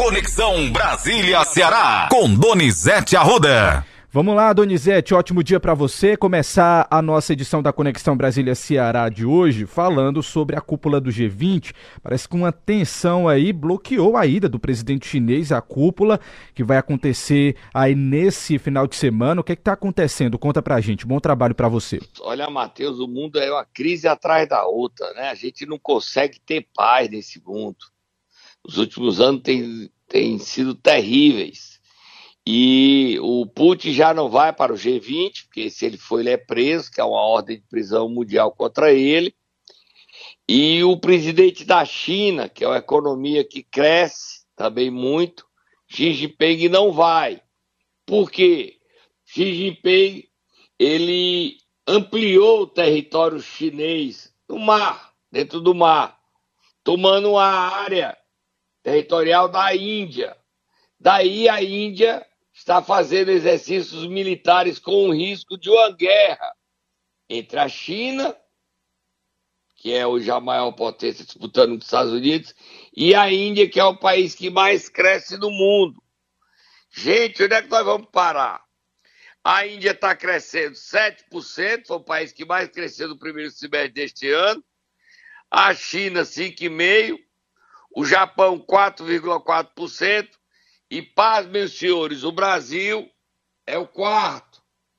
Conexão Brasília-Ceará, com Donizete Arruda. Vamos lá, Donizete, ótimo dia para você. Começar a nossa edição da Conexão Brasília-Ceará de hoje falando sobre a cúpula do G20. Parece que uma tensão aí bloqueou a ida do presidente chinês à cúpula, que vai acontecer aí nesse final de semana. O que está acontecendo? Conta pra gente. Bom trabalho para você. Olha, Matheus, o mundo é uma crise atrás da outra, né? A gente não consegue ter paz nesse mundo. Os últimos anos têm sido terríveis. E o Putin já não vai para o G20, porque se ele for, ele é preso, que é uma ordem de prisão mundial contra ele. E o presidente da China, que é uma economia que cresce também muito, Xi Jinping não vai. Por quê? Xi Jinping, ele ampliou o território chinês no mar, dentro do mar, tomando a área territorial da Índia. Daí a Índia está fazendo exercícios militares com o risco de uma guerra entre a China, que é hoje a maior potência disputando com os Estados Unidos, e a Índia, que é o país que mais cresce no mundo. Gente, onde é que nós vamos parar? A Índia está crescendo 7%, foi o país que mais cresceu no primeiro semestre deste ano. A China, 5,5%. O Japão, 4,4%. E, paz, meus senhores, o Brasil é o quarto,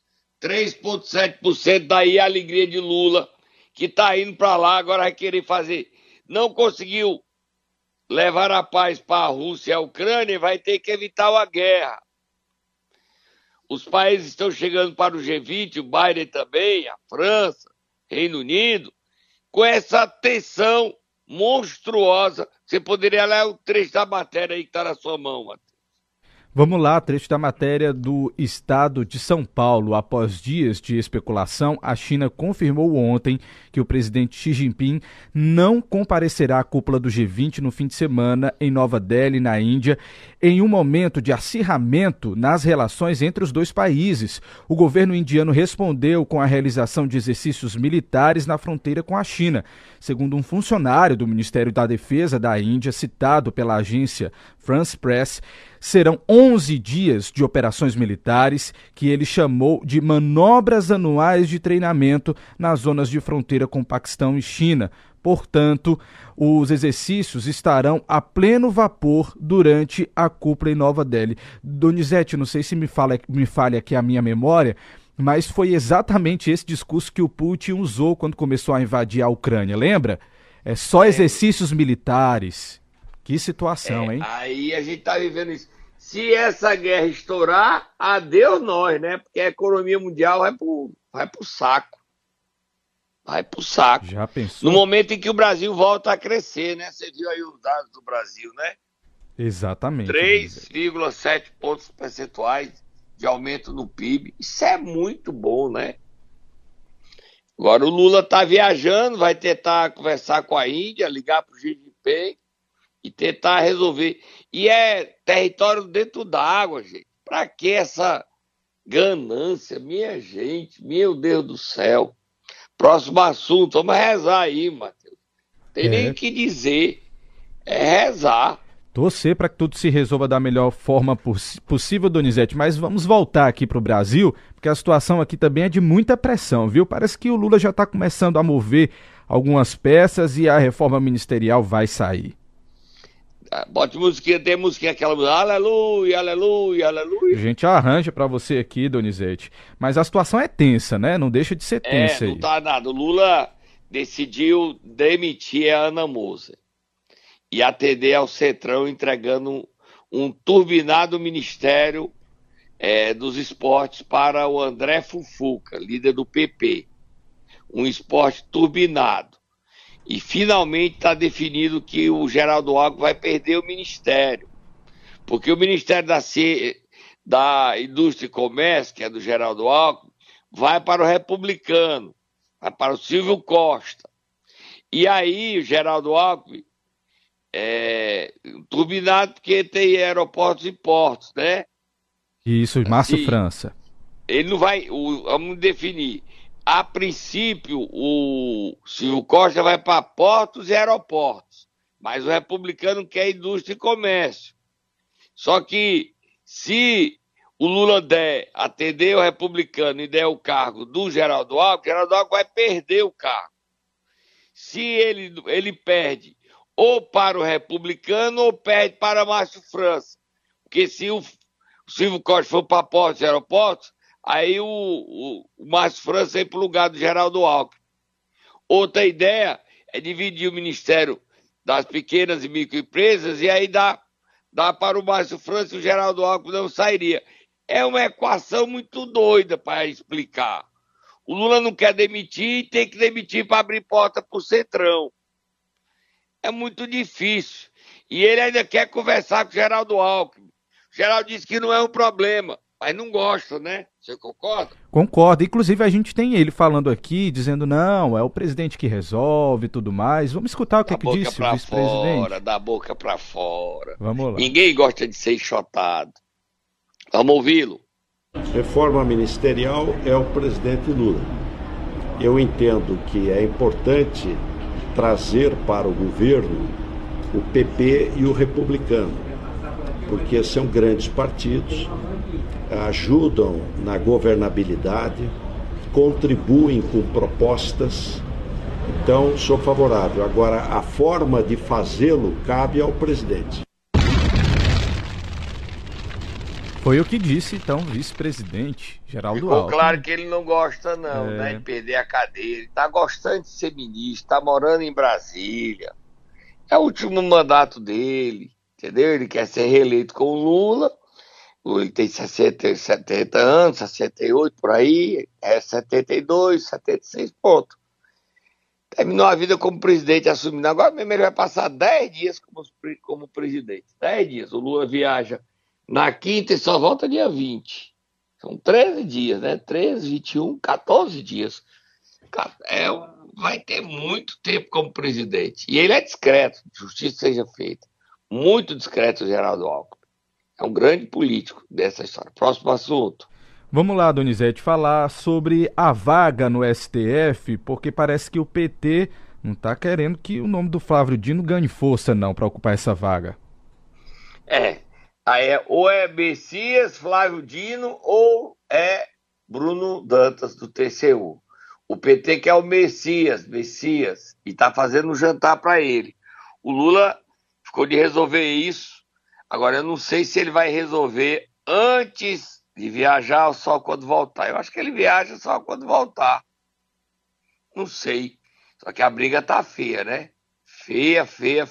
3,7%. Daí a alegria de Lula, que está indo para lá, agora vai querer fazer. Não conseguiu levar a paz para a Rússia e a Ucrânia, vai ter que evitar uma guerra. Os países estão chegando para o G20, o Biden também, a França, Reino Unido, com essa tensão monstruosa. Você poderia ler o trecho da matéria aí que está na sua mão, Matheus. Vamos lá, trecho da matéria do Estado de São Paulo. Após dias de especulação, a China confirmou ontem que o presidente Xi Jinping não comparecerá à cúpula do G20 no fim de semana em Nova Delhi, na Índia, em um momento de acirramento nas relações entre os dois países. O governo indiano respondeu com a realização de exercícios militares na fronteira com a China. Segundo um funcionário do Ministério da Defesa da Índia, citado pela agência France Press, serão 11 dias de operações militares que ele chamou de manobras anuais de treinamento nas zonas de fronteira com Paquistão e China. Portanto, os exercícios estarão a pleno vapor durante a cúpula em Nova Delhi. Donizete, não sei se me falha aqui a minha memória, mas foi exatamente esse discurso que o Putin usou quando começou a invadir a Ucrânia, lembra? É só exercícios militares. Que situação, hein? Aí a gente tá vivendo isso. Se essa guerra estourar, adeus nós, né? Porque a economia mundial vai pro saco. Vai pro saco. Já pensou? No momento em que o Brasil volta a crescer, né? Você viu aí os dados do Brasil, né? Exatamente. 3,7 pontos percentuais de aumento no PIB. Isso é muito bom, né? Agora o Lula tá viajando, vai tentar conversar com a Índia, ligar pro Xi Jinping e tentar resolver. E é território dentro d'água, gente. Pra que essa ganância, minha gente? Meu Deus do céu. Próximo assunto, vamos rezar aí, Matheus. Tem nem o que dizer. É rezar. Torcer para que tudo se resolva da melhor forma possível, Donizete, mas vamos voltar aqui para o Brasil, porque a situação aqui também é de muita pressão, viu? Parece que o Lula já está começando a mover algumas peças e a reforma ministerial vai sair. Bote musiquinha, tem musiquinha, aquela música, aleluia, aleluia, aleluia. A gente arranja pra você aqui, Donizete. Mas a situação é tensa, né? Não deixa de ser tensa aí. Não tá nada. O Lula decidiu demitir a Ana Moser e atender ao Centrão, entregando um turbinado ministério dos esportes para o André Fufuca, líder do PP. Um esporte turbinado. E finalmente está definido que o Geraldo Alckmin vai perder o ministério. Porque o Ministério da Indústria e Comércio, que é do Geraldo Alckmin, vai para o Republicano, vai para o Silvio Costa. E aí o Geraldo Alckmin turbinado porque tem aeroportos e portos, né? Isso, Márcio Assim, França. Ele não vai, vamos definir. A princípio, o Silvio Costa vai para portos e aeroportos, mas o republicano quer indústria e comércio. Só que se o Lula atender o republicano e der o cargo do Geraldo Alckmin, o Geraldo Alckmin vai perder o cargo. Se ele perde ou para o republicano ou perde para Márcio França. Porque se o Silvio Costa for para Portos e Aeroportos, aí o Márcio França vem para o lugar do Geraldo Alckmin. Outra ideia é dividir o Ministério das Pequenas e Microempresas e aí dá para o Márcio França e o Geraldo Alckmin não sairia. É uma equação muito doida para explicar. O Lula não quer demitir e tem que demitir para abrir porta para o Centrão. É muito difícil. E ele ainda quer conversar com o Geraldo Alckmin. O Geraldo disse que não é um problema, mas não gosta, né? Você concorda? Concordo. Inclusive, a gente tem ele falando aqui, dizendo, não, é o presidente que resolve e tudo mais. Vamos escutar o que disse o vice-presidente. Da boca pra fora. Vamos lá. Ninguém gosta de ser enxotado. Vamos ouvi-lo. Reforma ministerial é o presidente Lula. Eu entendo que é importante trazer para o governo o PP e o republicano, porque são grandes partidos, ajudam na governabilidade, contribuem com propostas, então sou favorável. Agora, a forma de fazê-lo cabe ao presidente. Foi o que disse, então, o vice-presidente Geraldo Alckmin. Ficou claro que ele não gosta, não, né, de perder a cadeira. Ele está gostando de ser ministro, está morando em Brasília. É o último mandato dele, entendeu? Ele quer ser reeleito com o Lula. Ele tem 70 anos, 68 por aí, 72, 76, ponto. Terminou a vida como presidente assumindo. Agora mesmo ele vai passar 10 dias como presidente. 10 dias. O Lula viaja na quinta e só volta dia 20. São 13 dias, né? 13, 21, 14 dias. Vai ter muito tempo como presidente. E ele é discreto, justiça seja feita. Muito discreto o Geraldo Alckmin. É um grande político dessa história. Próximo assunto. Vamos lá, Donizete, falar sobre a vaga no STF, porque parece que o PT não está querendo que o nome do Flávio Dino ganhe força, não, para ocupar essa vaga. Ou é Messias, Flávio Dino, ou é Bruno Dantas, do TCU. O PT quer o Messias, e está fazendo um jantar para ele. O Lula ficou de resolver isso. Agora, eu não sei se ele vai resolver antes de viajar ou só quando voltar. Eu acho que ele viaja só quando voltar. Não sei. Só que a briga tá feia, né? Feia.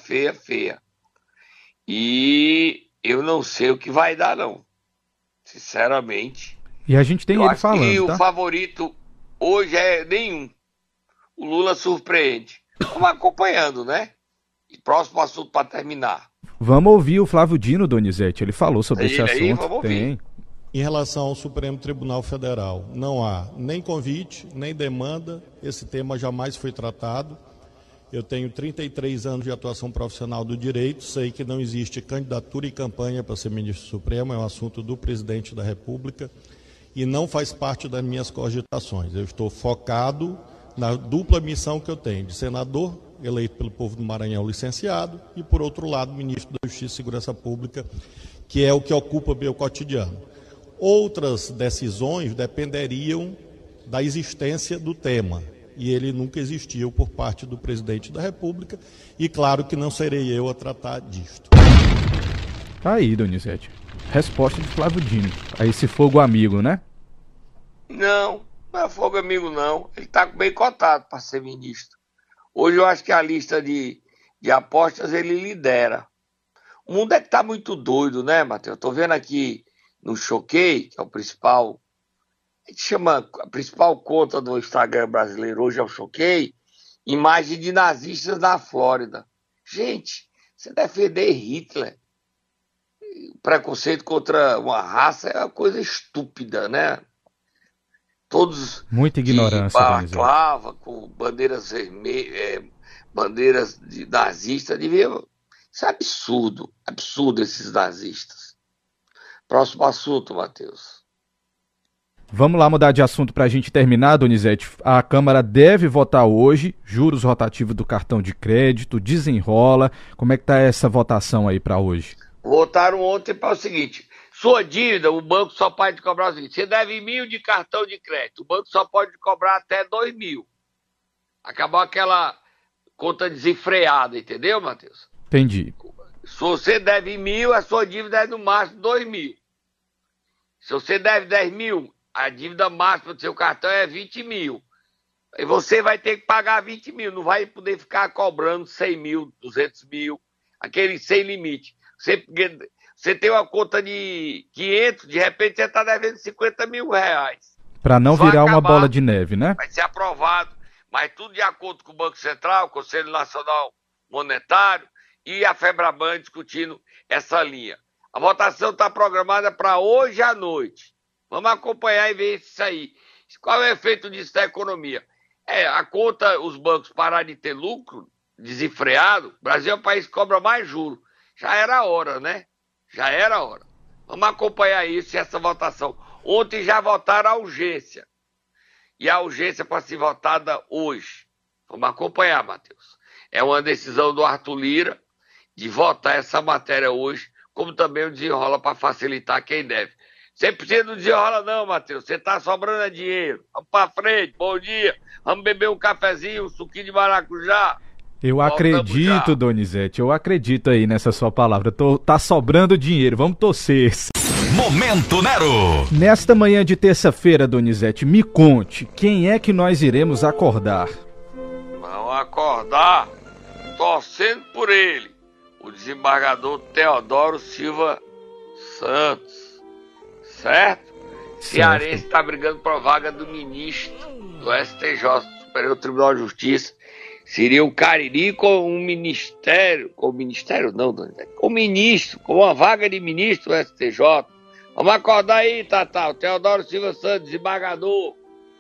E eu não sei o que vai dar, não. Sinceramente. E a gente tem ele falando, tá? Eu acho que o favorito hoje é nenhum. O Lula surpreende. Vamos acompanhando, né? E próximo assunto para terminar. Vamos ouvir o Flávio Dino, Donizete. Ele falou sobre esse assunto. Vamos ouvir. Em relação ao Supremo Tribunal Federal, não há nem convite, nem demanda. Esse tema jamais foi tratado. Eu tenho 33 anos de atuação profissional do direito, sei que não existe candidatura e campanha para ser ministro Supremo, é um assunto do presidente da República e não faz parte das minhas cogitações. Eu estou focado na dupla missão que eu tenho, de senador, eleito pelo povo do Maranhão, licenciado, e, por outro lado, ministro da Justiça e Segurança Pública, que é o que ocupa meu cotidiano. Outras decisões dependeriam da existência do tema, e ele nunca existiu por parte do presidente da República, e claro que não serei eu a tratar disto. Aí, Donizete, resposta de Flávio Dino, a esse fogo amigo, né? Não é fogo amigo, não. Ele está bem cotado para ser ministro. Hoje eu acho que a lista de apostas ele lidera. O mundo é que está muito doido, né, Matheus? Estou vendo aqui no Choquei, que é o principal, a gente chama a principal conta do Instagram brasileiro hoje é o Choquei, imagem de nazistas na Flórida. Gente, você defender Hitler, o preconceito contra uma raça é uma coisa estúpida, né? Todos muita ignorância, balaclava com bandeiras vermelhas, bandeiras de nazistas, isso é absurdo esses nazistas. Próximo assunto, Matheus. Vamos lá mudar de assunto para a gente terminar, Donizete. A Câmara deve votar hoje, juros rotativos do cartão de crédito, desenrola. Como é que está essa votação aí para hoje? Votaram ontem para o seguinte: sua dívida, o banco só pode cobrar o seguinte: você deve 1.000 de cartão de crédito, o banco só pode cobrar até 2.000. Acabou aquela conta desenfreada, entendeu, Matheus? Entendi. Se você deve 1.000, a sua dívida é no máximo 2.000. Se você deve 10.000, a dívida máxima do seu cartão é 20.000. E você vai ter que pagar 20.000, não vai poder ficar cobrando 100.000, 200.000, aquele sem limite. Você tem uma conta de 500, de repente você está devendo 50 mil reais. Para não virar uma bola de neve, né? Vai ser aprovado, mas tudo de acordo com o Banco Central, o Conselho Nacional Monetário e a Febraban discutindo essa linha. A votação está programada para hoje à noite. Vamos acompanhar e ver isso aí. Qual é o efeito disso na economia? A conta, os bancos parar de ter lucro desenfreado, o Brasil é o país que cobra mais juros. Já era a hora, né? Já era a hora. Vamos acompanhar isso e essa votação. Ontem já votaram a urgência. E a urgência para ser votada hoje. Vamos acompanhar, Matheus. É uma decisão do Arthur Lira de votar essa matéria hoje, como também o desenrola para facilitar quem deve. Você precisa do desenrola não, Matheus. Você está sobrando dinheiro. Vamos para frente, bom dia. Vamos beber um cafezinho, um suquinho de maracujá. Eu acredito, Donizete, eu acredito aí nessa sua palavra. Tá sobrando dinheiro, vamos torcer. Momento Nero. Nesta manhã de terça-feira, Donizete, me conte, quem é que nós iremos acordar? Vamos acordar torcendo por ele, o desembargador Teodoro Silva Santos. Certo? Cearense está brigando por vaga do ministro do STJ, Superior Tribunal de Justiça. Seria o Cariri com um ministério, com o ministério não, com o ministro, com uma vaga de ministro do STJ. Vamos acordar aí, Tatá, o Teodoro Silva Santos, desembargador.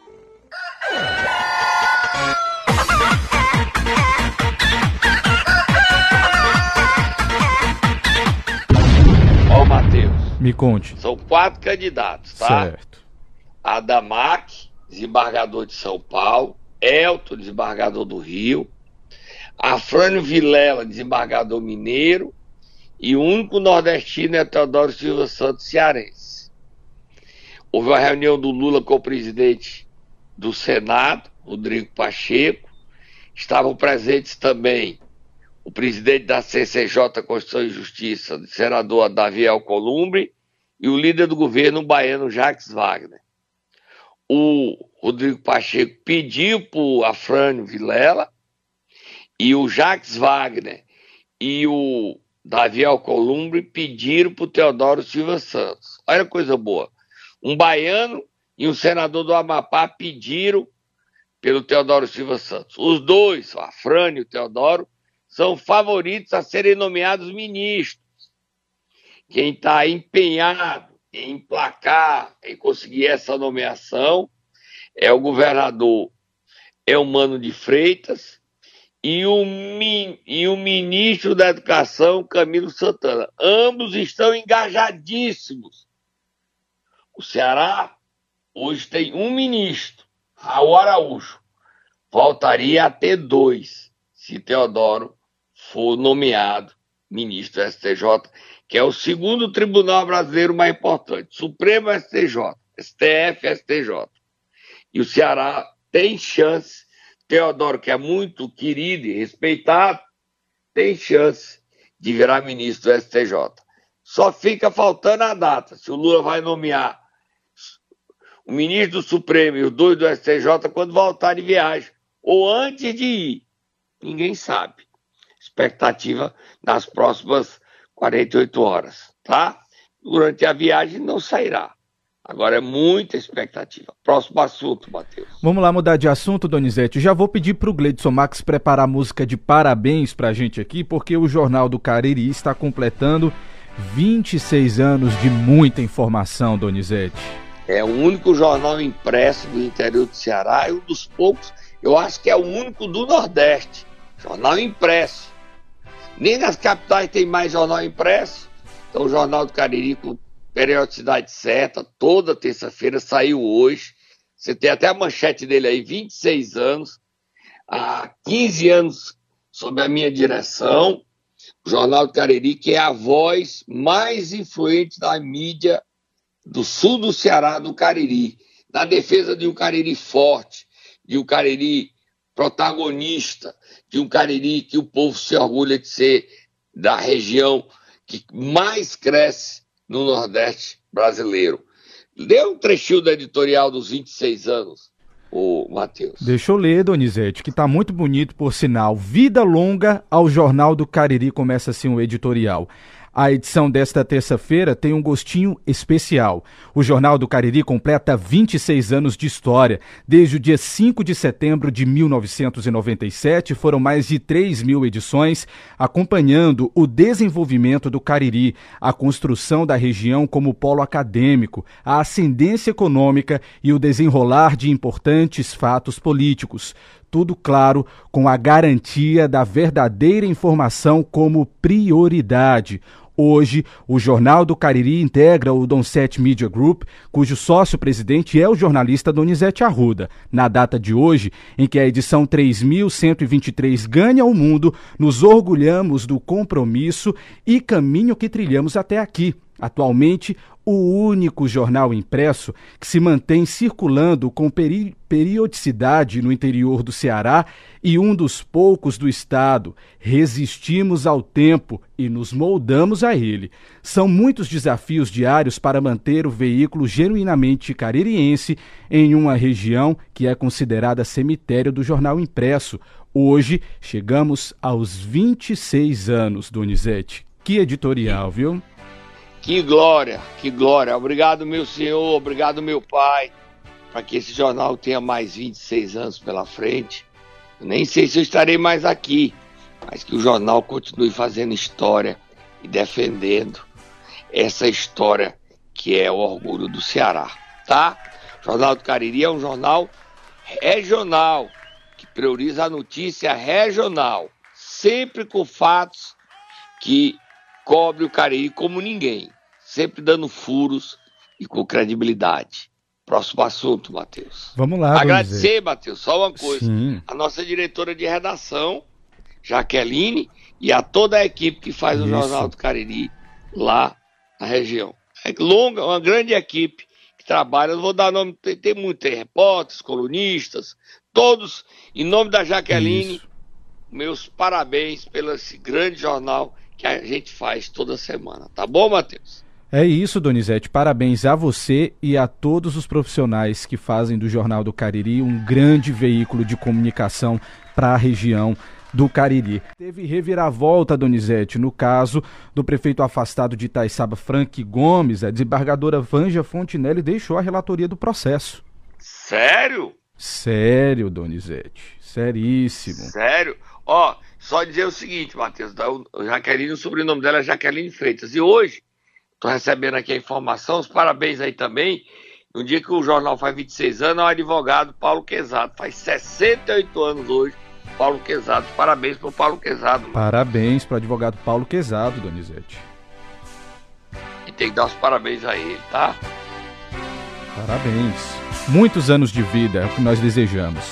Ó, Matheus. Me conte. São 4 candidatos, tá? Certo. Adamac, desembargador de São Paulo. Elton, desembargador do Rio. Afrânio Vilela, desembargador mineiro. E o único nordestino é Teodoro Silva Santos, cearense. Houve uma reunião do Lula com o presidente do Senado, Rodrigo Pacheco. Estavam presentes também o presidente da CCJ, Constituição e Justiça, o senador Davi Alcolumbre, e o líder do governo baiano, Jacques Wagner. O Rodrigo Pacheco pediu para o Afrânio Vilela, e o Jacques Wagner e o Davi Alcolumbre pediram para o Teodoro Silva Santos. Olha que coisa boa. Um baiano e um senador do Amapá pediram pelo Teodoro Silva Santos. Os dois, o Afrânio e o Teodoro, são favoritos a serem nomeados ministros. Quem está empenhado em emplacar, em conseguir essa nomeação, é o governador Eumano de Freitas e o ministro da Educação, Camilo Santana. Ambos estão engajadíssimos. O Ceará hoje tem um ministro, Raul Araújo. Voltaria a ter 2, se Teodoro for nomeado ministro do STJ, que é o segundo tribunal brasileiro mais importante. Supremo STJ, STF, STJ. E o Ceará tem chance, Teodoro, que é muito querido e respeitado, tem chance de virar ministro do STJ. Só fica faltando a data, se o Lula vai nomear o ministro do Supremo e os 2 do STJ quando voltar de viagem, ou antes de ir. Ninguém sabe. Expectativa nas próximas 48 horas, tá? Durante a viagem não sairá. Agora é muita expectativa. Próximo assunto, Matheus. Vamos lá mudar de assunto, Donizete. Já vou pedir para o Gleidson Max preparar a música de parabéns para a gente aqui, porque o Jornal do Cariri está completando 26 anos de muita informação, Donizete. É o único jornal impresso do interior do Ceará e um dos poucos, eu acho que é o único do Nordeste. Jornal impresso. Nem nas capitais tem mais jornal impresso. Então o Jornal do Cariri com periodicidade certa, toda terça-feira, saiu hoje. Você tem até a manchete dele aí, 26 anos, há 15 anos sob a minha direção. O Jornal do Cariri, que é a voz mais influente da mídia do sul do Ceará, do Cariri, na defesa de um Cariri forte, de um Cariri protagonista, de um Cariri que o povo se orgulha de ser da região que mais cresce no Nordeste brasileiro. Dê um trechinho do editorial dos 26 anos, ô Matheus. Deixa eu ler, Donizete, que está muito bonito, por sinal. Vida longa ao Jornal do Cariri, começa assim o editorial. A edição desta terça-feira tem um gostinho especial. O Jornal do Cariri completa 26 anos de história. Desde o dia 5 de setembro de 1997, foram mais de 3.000 edições, acompanhando o desenvolvimento do Cariri, a construção da região como polo acadêmico, a ascendência econômica e o desenrolar de importantes fatos políticos. Tudo, claro, com a garantia da verdadeira informação como prioridade. Hoje, o Jornal do Cariri integra o Donset Media Group, cujo sócio-presidente é o jornalista Donizete Arruda. Na data de hoje, em que a edição 3123 ganha o mundo, nos orgulhamos do compromisso e caminho que trilhamos até aqui. Atualmente, o único jornal impresso que se mantém circulando com periodicidade no interior do Ceará e um dos poucos do estado. Resistimos ao tempo e nos moldamos a ele. São muitos desafios diários para manter o veículo genuinamente caririense em uma região que é considerada cemitério do jornal impresso. Hoje, chegamos aos 26 anos, Donizete. Que editorial, viu? Que glória, que glória. Obrigado, meu senhor, obrigado, meu pai, para que esse jornal tenha mais 26 anos pela frente. Eu nem sei se eu estarei mais aqui, mas que o jornal continue fazendo história e defendendo essa história que é o orgulho do Ceará, tá? O Jornal do Cariri é um jornal regional, que prioriza a notícia regional, sempre com fatos que cobre o Cariri como ninguém, sempre dando furos e com credibilidade. Próximo assunto, Matheus. Vamos lá, agradecer, Matheus, só uma coisa. Sim. A nossa diretora de redação, Jaqueline, e a toda a equipe que faz o Jornal do Cariri lá na região. É longa, uma grande equipe que trabalha, eu vou dar nome, tem muitos repórteres, colunistas, todos, em nome da Jaqueline, meus parabéns pelo esse grande jornal que a gente faz toda semana. Tá bom, Matheus? É isso, Donizete. Parabéns a você e a todos os profissionais que fazem do Jornal do Cariri um grande veículo de comunicação para a região do Cariri. Teve reviravolta, Donizete, no caso do prefeito afastado de Itaiçaba, Frank Gomes. A desembargadora Vanja Fontinelli deixou a relatoria do processo. Sério? Sério, Donizete. Seríssimo. Sério? Ó, só dizer o seguinte, Matheus, o Jaqueline, o sobrenome dela é Jaqueline Freitas. E hoje, estou recebendo aqui a informação, os parabéns aí também, no dia que o jornal faz 26 anos, é o advogado Paulo Quezado. Faz 68 anos hoje, Paulo Quezado. Parabéns para o Paulo Quezado. Mano. Parabéns para o advogado Paulo Quezado, Donizete. E tem que dar os parabéns a ele, tá? Parabéns. Muitos anos de vida, é o que nós desejamos.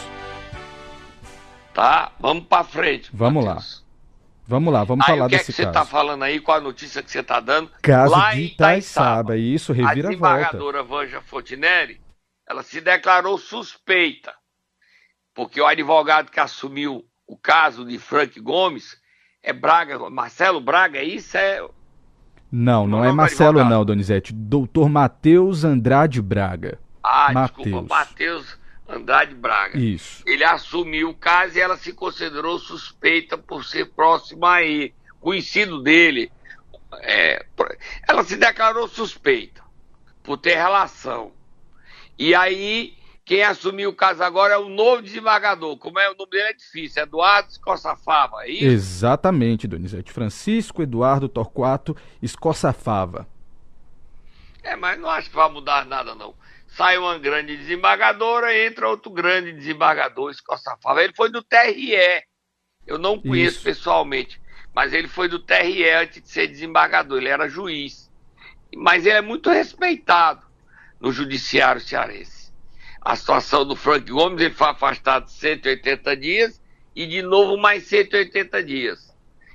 Tá? Vamos para frente. Vamos Matheus. lá. Vamos lá, vamos falar desse caso. O que você está falando aí? Qual a notícia que você está dando? Caso lá de Itaiçaba. Isso, revira a volta. A desembargadora Vanja Fontinelli, ela se declarou suspeita, porque o advogado que assumiu o caso de Frank Gomes é Braga, Marcelo Braga, é isso? Não é Marcelo não, Donizete. Doutor Matheus Andrade Braga. Desculpa, Matheus Andrade Braga. Isso. Ele assumiu o caso e ela se considerou suspeita por ser próxima a ele, conhecido dele. Ela se declarou suspeita por ter relação. E aí, quem assumiu o caso agora é o novo desembargador. Como é o nome dele é difícil, Eduardo Escoçafava, é isso? Exatamente, Donizete. Francisco Eduardo Torquato Escoçafava. Mas não acho que vai mudar nada, não. Sai uma grande desembargadora, entra outro grande desembargador, Escoçafava. Ele foi do TRE. Eu não conheço pessoalmente, mas ele foi do TRE antes de ser desembargador. Ele era juiz. Mas ele é muito respeitado no judiciário cearense. A situação do Frank Gomes, ele foi afastado 180 dias e de novo mais 180 dias.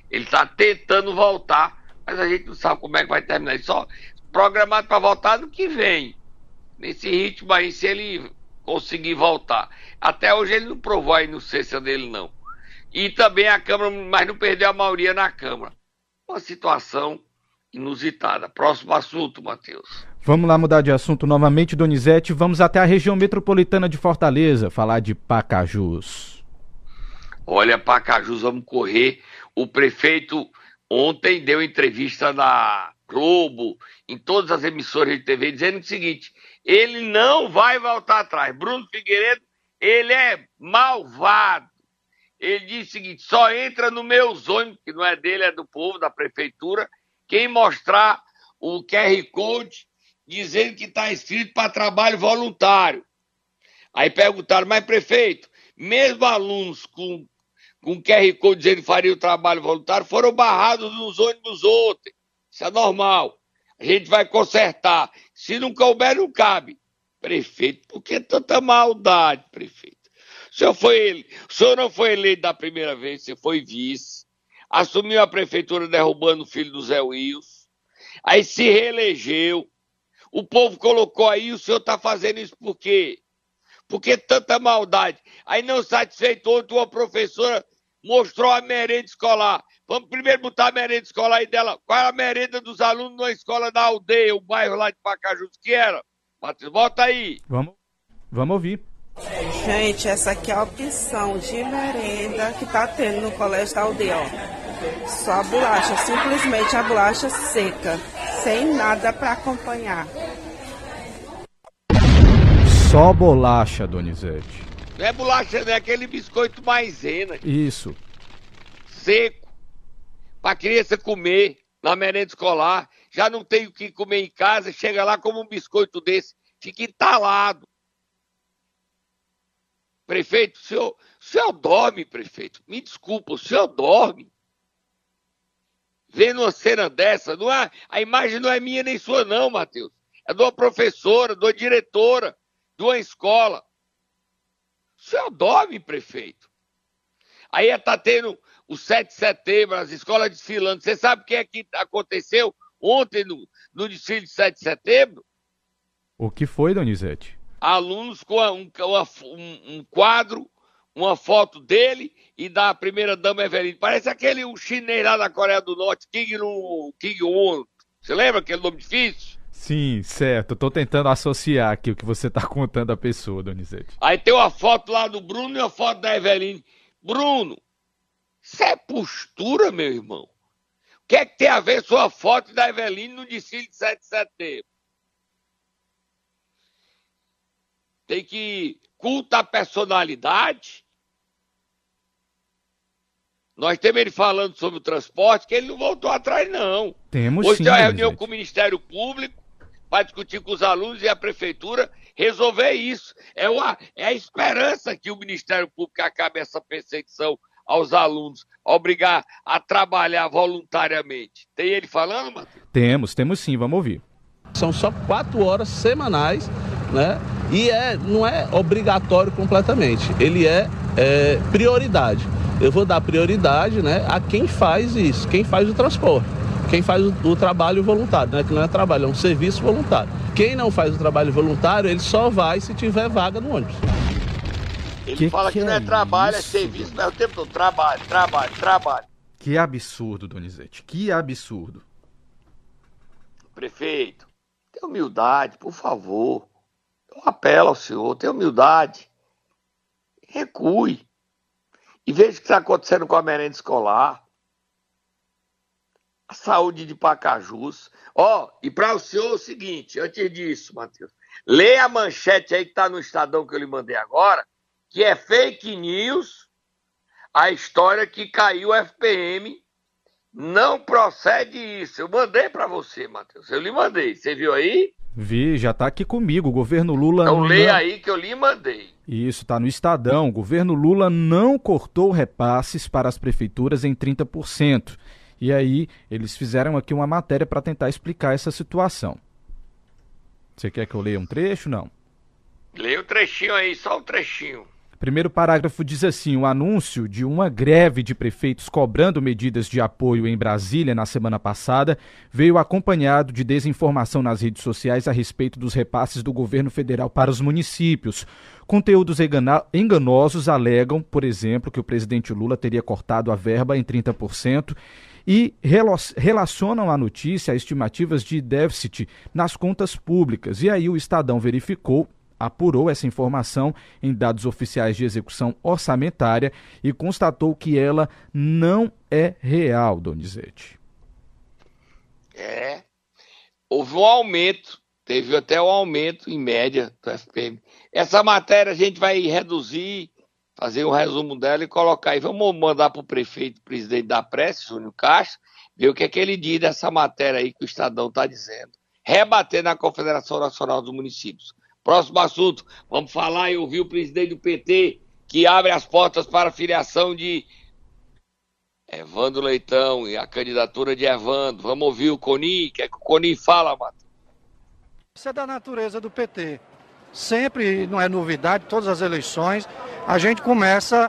Ele está tentando voltar, mas a gente não sabe como é que vai terminar. Ele só programado para voltar no que vem. Nesse ritmo aí, se ele conseguir voltar. Até hoje ele não provou a inocência dele, não. E também a Câmara, mas não perdeu a maioria na Câmara. Uma situação inusitada. Próximo assunto, Matheus. Vamos lá mudar de assunto novamente, Donizete. Vamos até a região metropolitana de Fortaleza, falar de Pacajus. Olha, Pacajus, vamos correr. O prefeito ontem deu entrevista na Globo, em todas as emissoras de TV, dizendo o seguinte: ele não vai voltar atrás. Bruno Figueiredo, ele é malvado. Ele disse o seguinte: só entra no meus ônibus, que não é dele, é do povo, da prefeitura, quem mostrar o QR Code dizendo que está inscrito para trabalho voluntário. Aí perguntaram: mas prefeito, mesmo alunos com QR Code dizendo que faria o trabalho voluntário foram barrados nos ônibus ontem. Isso é normal. A gente vai consertar. Se não couber, não cabe. Prefeito, por que tanta maldade, prefeito? O senhor não foi eleito da primeira vez, você foi vice. Assumiu a prefeitura derrubando o filho do Zé Wilson. Aí se reelegeu. O povo colocou aí, o senhor está fazendo isso por quê? Por que tanta maldade? Aí não satisfeito, ontem uma professora mostrou a merenda escolar. Vamos primeiro botar a merenda escolar aí dela. Qual era a merenda dos alunos na escola da aldeia, o bairro lá de Pacajus, que era? Matheus, bota aí. Vamos ouvir. Gente, essa aqui é a opção de merenda que tá tendo no colégio da aldeia, ó. Só a bolacha, simplesmente a bolacha seca, sem nada para acompanhar. Só bolacha, Donizete. Não é bolacha, não é aquele biscoito maisena. Isso. Seco. Pra criança comer na merenda escolar. Já não tem o que comer em casa, chega lá como um biscoito desse. Fica entalado. Prefeito, o senhor dorme, prefeito. Me desculpa, o senhor dorme. Vendo uma cena dessa, não é, a imagem não é minha nem sua não, Matheus. É de uma professora, de uma diretora, de uma escola. O senhor dorme, prefeito. Aí está tendo o 7 de setembro, as escolas desfilando. Você sabe o que é que aconteceu ontem no desfile de 7 de setembro? O que foi, Donizete? Alunos com um quadro, uma foto dele e da primeira-dama Eveline. Parece o chinês lá da Coreia do Norte, Kim Jong-un. Você lembra aquele nome difícil? Sim, certo. Estou tentando associar aqui o que você está contando à pessoa, Donizete. Aí tem uma foto lá do Bruno e uma foto da Eveline. Bruno, isso é postura, meu irmão? O que é que tem a ver sua foto da Eveline no desfile de 7 de setembro? Tem que cultar a personalidade. Nós temos ele falando sobre o transporte, que ele não voltou atrás, não. Temos hoje sim, tem uma reunião Donizete, com o Ministério Público para discutir com os alunos e a Prefeitura resolver isso. É a esperança que o Ministério Público acabe essa perseguição aos alunos, obrigar a trabalhar voluntariamente. Tem ele falando, Matheus? Temos sim, vamos ouvir. São só 4 horas semanais, né? E não é obrigatório completamente, ele é prioridade. Eu vou dar prioridade, né, a quem faz isso, quem faz o transporte, quem faz o trabalho voluntário, né, que não é trabalho, é um serviço voluntário. Quem não faz o trabalho voluntário, ele só vai se tiver vaga no ônibus. Ele fala que não é trabalho, isso, é serviço, mas o tempo todo trabalho. Que absurdo, Donizete, que absurdo. Prefeito, tenha humildade, por favor. Eu apelo ao senhor, tenha humildade. Recue. E veja o que está acontecendo com a merenda escolar. A saúde de Pacajus. E para o senhor é o seguinte, antes disso, Matheus, leia a manchete aí que está no Estadão que eu lhe mandei agora, que é fake news, a história que caiu o FPM. Não procede isso. Eu mandei para você, Matheus. Eu lhe mandei. Você viu aí? Vi, já tá aqui comigo. O governo Lula... Então leia aí que eu lhe mandei. Isso, tá no Estadão. O governo Lula não cortou repasses para as prefeituras em 30%. E aí, eles fizeram aqui uma matéria para tentar explicar essa situação. Você quer que eu leia um trecho? Não. Leia o trechinho aí, só o trechinho. Primeiro parágrafo diz assim: o anúncio de uma greve de prefeitos cobrando medidas de apoio em Brasília na semana passada veio acompanhado de desinformação nas redes sociais a respeito dos repasses do governo federal para os municípios. Conteúdos enganosos alegam, por exemplo, que o presidente Lula teria cortado a verba em 30% e relacionam a notícia a estimativas de déficit nas contas públicas. E aí o Estadão apurou essa informação em dados oficiais de execução orçamentária e constatou que ela não é real, Donizete. Houve um aumento, teve até um aumento em média do FPM. Essa matéria a gente vai reduzir, fazer um resumo dela e colocar aí. Vamos mandar para o prefeito, presidente da Prece, Júnior Castro, ver o que é que ele diz dessa matéria aí que o Estadão está dizendo. Rebater na Confederação Nacional dos Municípios. Próximo assunto, vamos falar e ouvir o presidente do PT, que abre as portas para a filiação de Evandro Leitão e a candidatura de Evandro. Vamos ouvir o Coni, o que é que o Coni fala, Matheus? Isso é da natureza do PT. Sempre, não é novidade, todas as eleições, a gente começa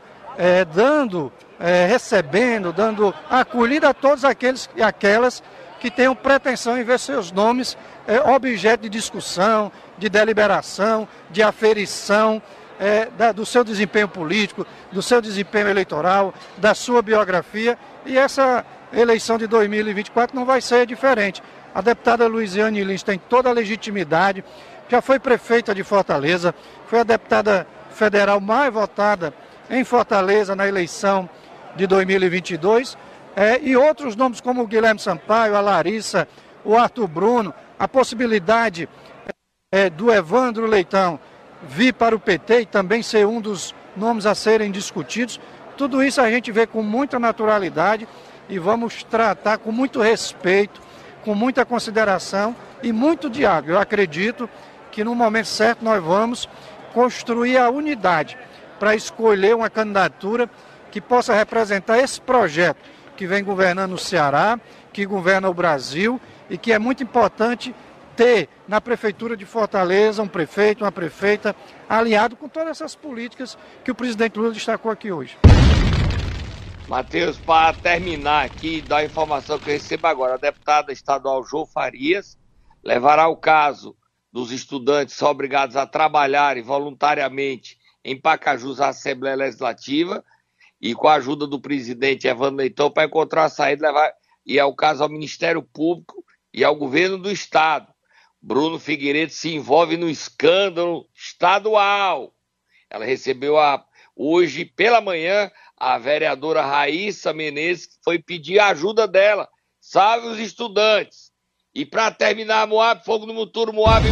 recebendo, dando acolhida a todos aqueles e aquelas que tenham pretensão em ver seus nomes objeto de discussão, de deliberação, de aferição do seu desempenho político, do seu desempenho eleitoral, da sua biografia. E essa eleição de 2024 não vai ser diferente. A deputada Luiziane Lins tem toda a legitimidade, já foi prefeita de Fortaleza, foi a deputada federal mais votada em Fortaleza na eleição de 2022, e outros nomes como o Guilherme Sampaio, a Larissa, o Arthur Bruno, a possibilidade do Evandro Leitão vir para o PT e também ser um dos nomes a serem discutidos. Tudo isso a gente vê com muita naturalidade e vamos tratar com muito respeito, com muita consideração e muito diálogo. Eu acredito que no momento certo nós vamos construir a unidade para escolher uma candidatura que possa representar esse projeto que vem governando o Ceará, que governa o Brasil e que é muito importante ter na Prefeitura de Fortaleza um prefeito, uma prefeita alinhado com todas essas políticas que o presidente Lula destacou aqui hoje. Matheus, para terminar aqui, da informação que eu recebo agora, a deputada estadual Jo Farias levará o caso dos estudantes obrigados a trabalharem voluntariamente em Pacajus à Assembleia Legislativa e com a ajuda do presidente Evandro Leitão para encontrar a saída, e é o caso ao Ministério Público e ao governo do Estado. Bruno Figueiredo se envolve no escândalo estadual. Ela recebeu hoje pela manhã a vereadora Raíssa Menezes, que foi pedir a ajuda dela. Salve os estudantes. E para terminar, Moab, fogo no Muturo, Moab,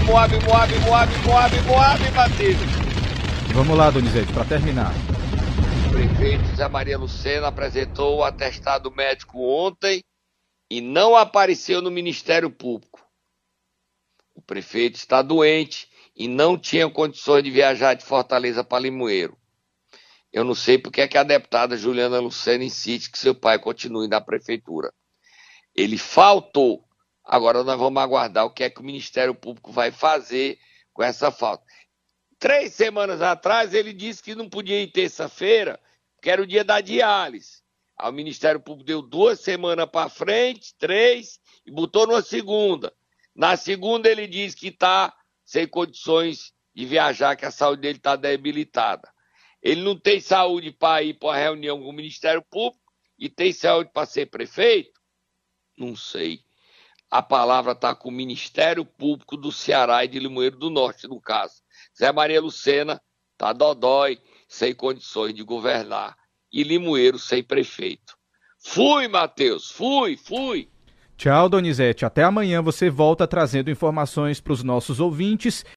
Matheus. Vamos lá, Donizete, para terminar. O prefeito Zé Maria Lucena apresentou o atestado médico ontem e não apareceu no Ministério Público. O prefeito está doente e não tinha condições de viajar de Fortaleza para Limoeiro. Eu não sei porque é que a deputada Juliana Lucena insiste que seu pai continue na prefeitura. Ele faltou. Agora nós vamos aguardar o que é que o Ministério Público vai fazer com essa falta. 3 semanas atrás ele disse que não podia ir terça-feira, porque era o dia da diálise. Aí o Ministério Público deu 2 semanas para frente, 3, e botou numa segunda. Na segunda ele diz que está sem condições de viajar, que a saúde dele está debilitada. Ele não tem saúde para ir para uma reunião com o Ministério Público e tem saúde para ser prefeito? Não sei. A palavra está com o Ministério Público do Ceará e de Limoeiro do Norte, no caso. Zé Maria Lucena está dodói, sem condições de governar. E Limoeiro sem prefeito. Fui, Matheus, fui. Tchau, Donizete. Até amanhã você volta trazendo informações para os nossos ouvintes